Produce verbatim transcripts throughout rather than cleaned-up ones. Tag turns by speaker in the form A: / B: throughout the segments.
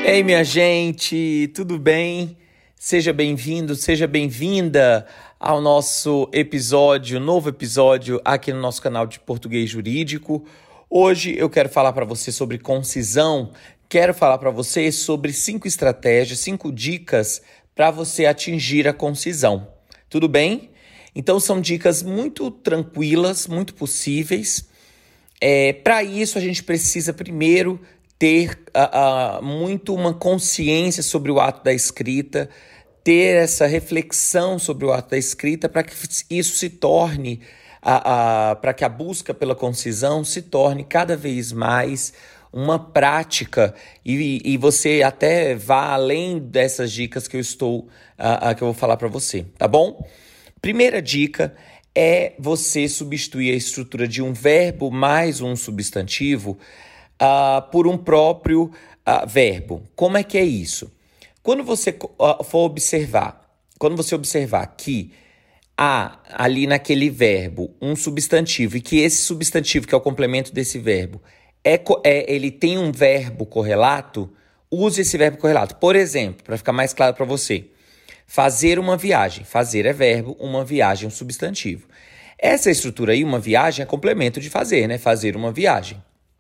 A: Ei, minha gente, tudo bem? Seja bem-vindo, seja bem-vinda ao nosso episódio, novo episódio aqui no nosso canal de Português Jurídico. Hoje eu quero falar para você sobre concisão, quero falar para você sobre cinco estratégias, cinco dicas para você atingir a concisão. Tudo bem? Então são dicas muito tranquilas, muito possíveis. É, para isso a gente precisa primeiro ter uh, uh, muito uma consciência sobre o ato da escrita, ter essa reflexão sobre o ato da escrita para que isso se torne, uh, uh, para que a busca pela concisão se torne cada vez mais uma prática e, e você até vá além dessas dicas que eu estou, uh, uh, que eu vou falar para você, tá bom? Primeira dica é você substituir a estrutura de um verbo mais um substantivo Uh, por um próprio uh, verbo. Como é que é isso? Quando você uh, for observar, quando você observar que há ali naquele verbo um substantivo e que esse substantivo, que é o complemento desse verbo, é, é, ele tem um verbo correlato, use esse verbo correlato. Por exemplo, para ficar mais claro para você, fazer uma viagem. Fazer é verbo, uma viagem é um substantivo. Essa estrutura aí, uma viagem, é complemento de fazer, né? Fazer uma viagem.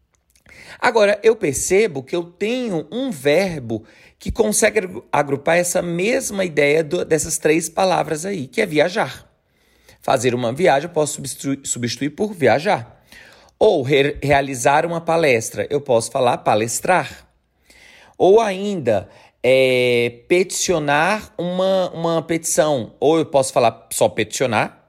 A: Agora, eu percebo que eu tenho um verbo que consegue agrupar essa mesma ideia do, dessas três palavras aí, que é viajar. Fazer uma viagem eu posso substituir, substituir por viajar. Ou re, realizar uma palestra, eu posso falar palestrar. Ou ainda, é, peticionar uma, uma petição, ou eu posso falar só peticionar.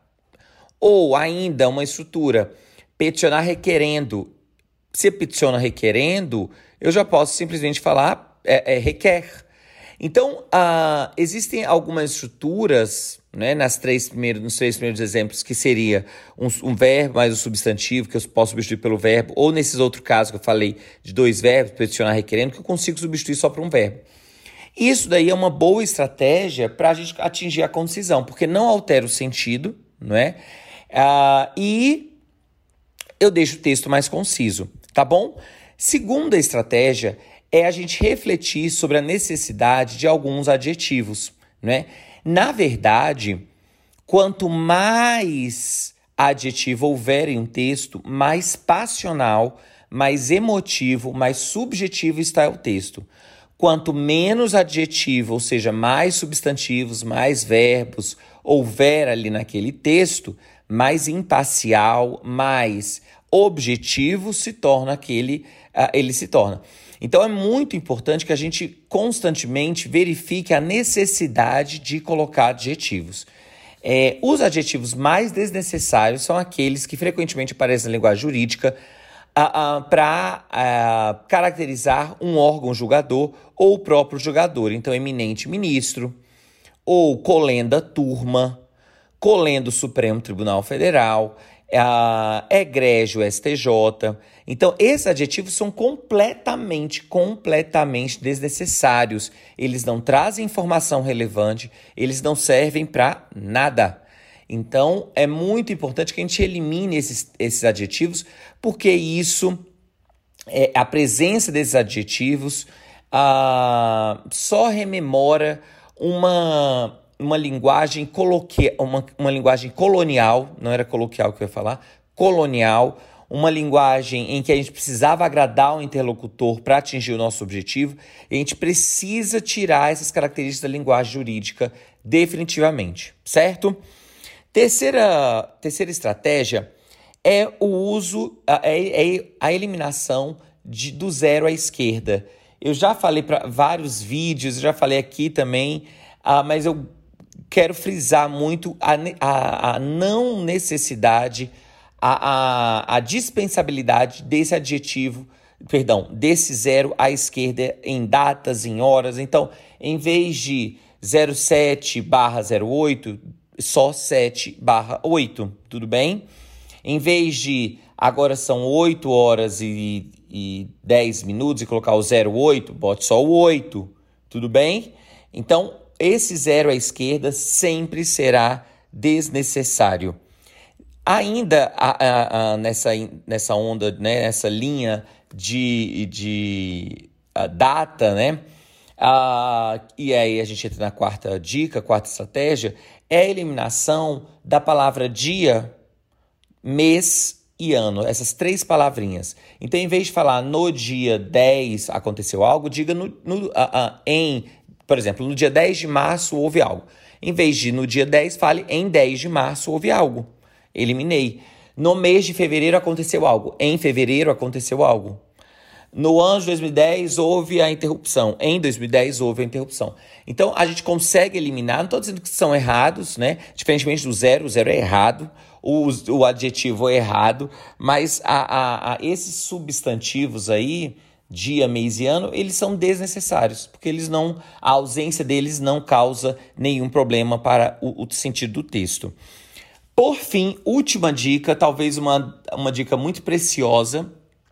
A: Ou ainda, uma estrutura, peticionar requerendo. Se peticiona requerendo, eu já posso simplesmente falar é, é, requer. Então, uh, existem algumas estruturas, né, nas três primeiros, nos três primeiros exemplos, que seria um, um verbo mais um substantivo, que eu posso substituir pelo verbo, ou nesses outros casos que eu falei de dois verbos, peticionar requerendo, que eu consigo substituir só por um verbo. Isso daí é uma boa estratégia para a gente atingir a concisão, porque não altera o sentido, não é? Uh, e eu deixo o texto mais conciso. Tá bom? Segunda estratégia é a gente refletir sobre a necessidade de alguns adjetivos, né? Na verdade, quanto mais adjetivo houver em um texto, mais passional, mais emotivo, mais subjetivo está o texto. Quanto menos adjetivo, ou seja, mais substantivos, mais verbos houver ali naquele texto, mais imparcial, mais objetivo se torna aquele, uh, ele se torna. Então é muito importante que a gente constantemente verifique a necessidade de colocar adjetivos. É, os adjetivos mais desnecessários são aqueles que frequentemente aparecem na linguagem jurídica uh, uh, para uh, caracterizar um órgão julgador ou o próprio julgador. Então, eminente ministro, ou colenda turma, colendo Supremo Tribunal Federal, Uh, egrégio S T J. Então, esses adjetivos são completamente, completamente desnecessários. Eles não trazem informação relevante, eles não servem para nada. Então, é muito importante que a gente elimine esses, esses adjetivos, porque isso, é, a presença desses adjetivos, uh, só rememora uma... uma linguagem coloquial, uma, uma linguagem colonial, não era coloquial que eu ia falar, colonial, uma linguagem em que a gente precisava agradar o interlocutor para atingir o nosso objetivo, e a gente precisa tirar essas características da linguagem jurídica definitivamente, certo? Terceira, terceira estratégia é o uso, é, é a eliminação de, do zero à esquerda. Eu já falei para vários vídeos, já falei aqui também, uh, mas eu quero frisar muito a, a, a não necessidade, a, a, a dispensabilidade desse adjetivo, perdão, desse zero à esquerda em datas, em horas. Então, em vez de zero sete barra zero oito, só sete barra oito, tudo bem? Em vez de agora são oito horas e, e dez minutos e colocar o zero oito, bote só o oito, tudo bem? Então, esse zero à esquerda sempre será desnecessário. Ainda a, a, a, nessa, nessa onda, né, nessa linha de, de a data, né, Ah, e aí a gente entra na quarta dica, quarta estratégia, é a eliminação da palavra dia, mês e ano, essas três palavrinhas. Então, em vez de falar no dia dez aconteceu algo, diga no, no, ah, ah, em, por exemplo, no dia dez de março houve algo. Em vez de no dia dez, fale em dez de março houve algo. Eliminei. No mês de fevereiro aconteceu algo. Em fevereiro aconteceu algo. No ano de dois mil e dez houve a interrupção. Em dois mil e dez houve a interrupção. Então, a gente consegue eliminar, não estou dizendo que são errados, né? Diferentemente do zero, o zero é errado, o, o adjetivo é errado, mas a, a, a esses substantivos aí, dia, mês e ano, eles são desnecessários, porque eles não, a ausência deles não causa nenhum problema para o, o sentido do texto. Por fim, última dica, talvez uma, uma dica muito preciosa,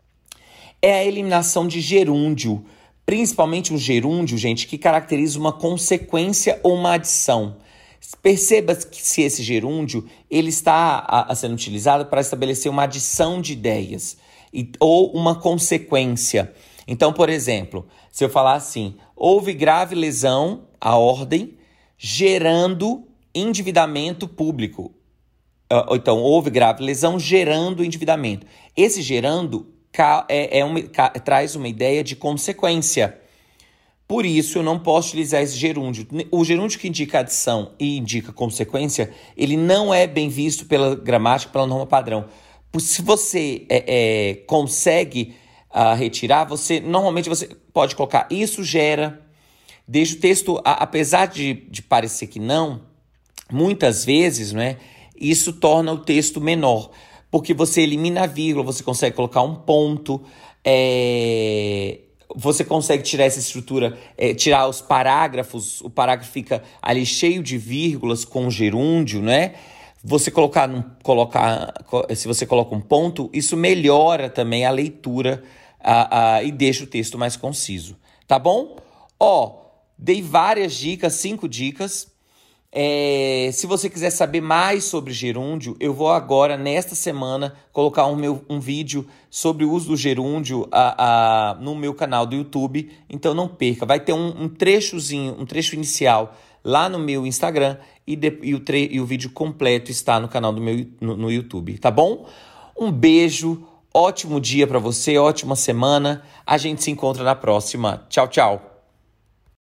A: é a eliminação de gerúndio, principalmente um gerúndio, gente, que caracteriza uma consequência ou uma adição. Perceba que se esse gerúndio ele está a, a sendo utilizado para estabelecer uma adição de ideias e, ou uma consequência. Então, por exemplo, se eu falar assim, houve grave lesão à ordem, gerando endividamento público. Ou então, houve grave lesão gerando endividamento. Esse gerando É, é uma, traz uma ideia de consequência. Por isso, eu não posso utilizar esse gerúndio. O gerúndio que indica adição e indica consequência, ele não é bem visto pela gramática, pela norma padrão. Se você é, é, consegue uh, retirar, você normalmente você pode colocar isso gera, deixa o texto, a, apesar de, de parecer que não, muitas vezes, né, isso torna o texto menor. Porque você elimina a vírgula, você consegue colocar um ponto, é... você consegue tirar essa estrutura, é, tirar os parágrafos, o parágrafo fica ali cheio de vírgulas com gerúndio, né? Você colocar, colocar, se você coloca um ponto, isso melhora também a leitura a, a, e deixa o texto mais conciso, tá bom? Ó, dei várias dicas, cinco dicas. É, se você quiser saber mais sobre gerúndio, eu vou agora, nesta semana, colocar um, meu, um vídeo sobre o uso do gerúndio a, a, no meu canal do YouTube. Então não perca, vai ter um, um trechozinho, um trecho inicial lá no meu Instagram e, de, e, o, tre, e o vídeo completo está no canal do meu no, no YouTube, tá bom? Um beijo, ótimo dia para você, ótima semana. A gente se encontra na próxima. Tchau, tchau.